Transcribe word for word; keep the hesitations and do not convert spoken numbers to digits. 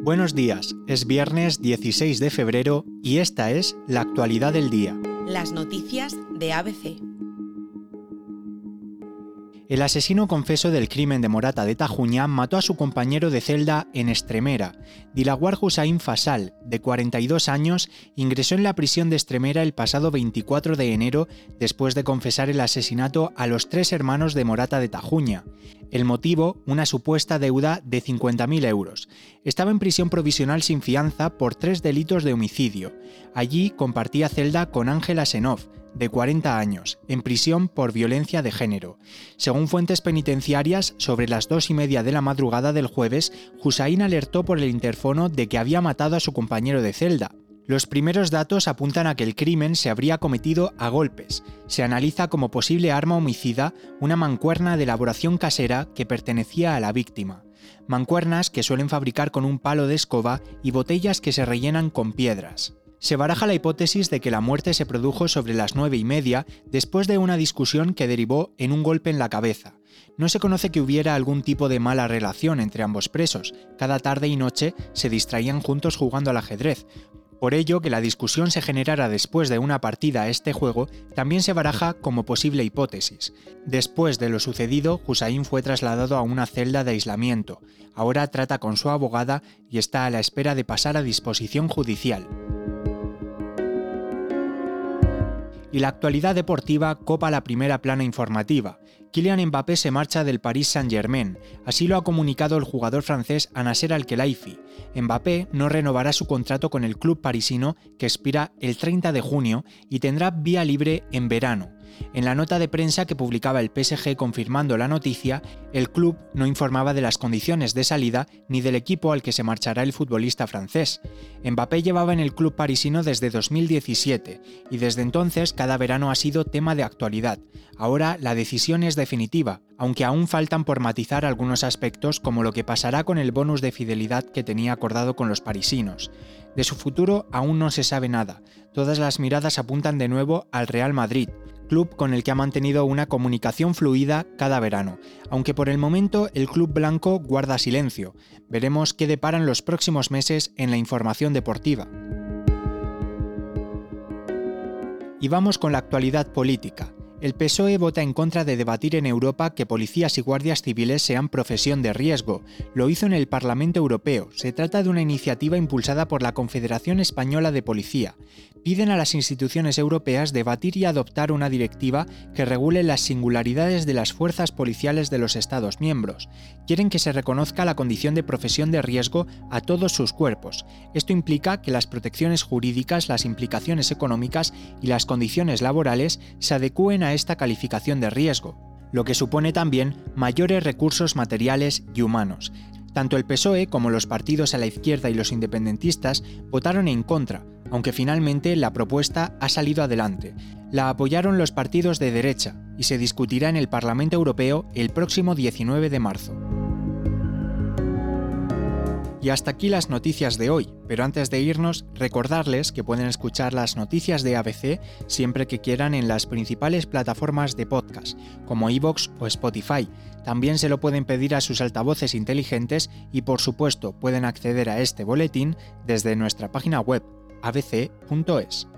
Buenos días, es viernes dieciséis de febrero y esta es la actualidad del día. Las noticias de A B C. El asesino confeso del crimen de Morata de Tajuña mató a su compañero de celda en Estremera. Dilawar Hussain Fasal, de cuarenta y dos años, ingresó en la prisión de Estremera el pasado veinticuatro de enero después de confesar el asesinato a los tres hermanos de Morata de Tajuña. El motivo, una supuesta deuda de cincuenta mil euros. Estaba en prisión provisional sin fianza por tres delitos de homicidio. Allí compartía celda con Ángela Senov, de cuarenta años, en prisión por violencia de género. Según fuentes penitenciarias, sobre las dos y media de la madrugada del jueves, Hussain alertó por el interfono de que había matado a su compañero de celda. Los primeros datos apuntan a que el crimen se habría cometido a golpes. Se analiza como posible arma homicida una mancuerna de elaboración casera que pertenecía a la víctima. Mancuernas que suelen fabricar con un palo de escoba y botellas que se rellenan con piedras. Se baraja la hipótesis de que la muerte se produjo sobre las nueve y media después de una discusión que derivó en un golpe en la cabeza. No se conoce que hubiera algún tipo de mala relación entre ambos presos. Cada tarde y noche se distraían juntos jugando al ajedrez. Por ello, que la discusión se generara después de una partida a este juego también se baraja como posible hipótesis. Después de lo sucedido, Hussain fue trasladado a una celda de aislamiento. Ahora trata con su abogada y está a la espera de pasar a disposición judicial. Y la actualidad deportiva copa la primera plana informativa. Kylian Mbappé se marcha del Paris Saint-Germain, así lo ha comunicado el jugador francés a Nasser Al-Khelaifi. Mbappé no renovará su contrato con el club parisino, que expira el treinta de junio, y tendrá vía libre en verano. En la nota de prensa que publicaba el P S G confirmando la noticia, el club no informaba de las condiciones de salida ni del equipo al que se marchará el futbolista francés. Mbappé llevaba en el club parisino desde dos mil diecisiete y desde entonces cada verano ha sido tema de actualidad. Ahora la decisión es definitiva, aunque aún faltan por matizar algunos aspectos como lo que pasará con el bonus de fidelidad que tenía acordado con los parisinos. De su futuro aún no se sabe nada. Todas las miradas apuntan de nuevo al Real Madrid, club con el que ha mantenido una comunicación fluida cada verano, aunque por el momento el club blanco guarda silencio. Veremos qué deparan los próximos meses en la información deportiva. Y vamos con la actualidad política. El P S O E vota en contra de debatir en Europa que policías y guardias civiles sean profesión de riesgo. Lo hizo en el Parlamento Europeo. Se trata de una iniciativa impulsada por la Confederación Española de Policía. Piden a las instituciones europeas debatir y adoptar una directiva que regule las singularidades de las fuerzas policiales de los Estados miembros. Quieren que se reconozca la condición de profesión de riesgo a todos sus cuerpos. Esto implica que las protecciones jurídicas, las implicaciones económicas y las condiciones laborales se adecúen a esta calificación de riesgo, lo que supone también mayores recursos materiales y humanos. Tanto el P S O E como los partidos a la izquierda y los independentistas votaron en contra, aunque finalmente la propuesta ha salido adelante. La apoyaron los partidos de derecha y se discutirá en el Parlamento Europeo el próximo diecinueve de marzo. Y hasta aquí las noticias de hoy, pero antes de irnos, recordarles que pueden escuchar las noticias de A B C siempre que quieran en las principales plataformas de podcast, como iVoox o Spotify. También se lo pueden pedir a sus altavoces inteligentes y, por supuesto, pueden acceder a este boletín desde nuestra página web, a b c punto es.